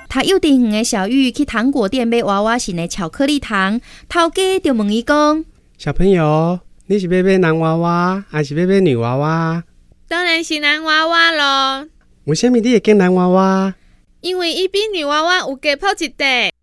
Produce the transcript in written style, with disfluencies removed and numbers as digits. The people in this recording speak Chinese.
他幼稚园的小玉去糖果店买娃娃型的巧克力糖，头家就问伊讲： 小朋友，你是要买男娃娃还是要买女娃娃？ 当然是男娃娃咯。 为什么你会拣男娃娃？ 因为伊比女娃娃有加泡一块。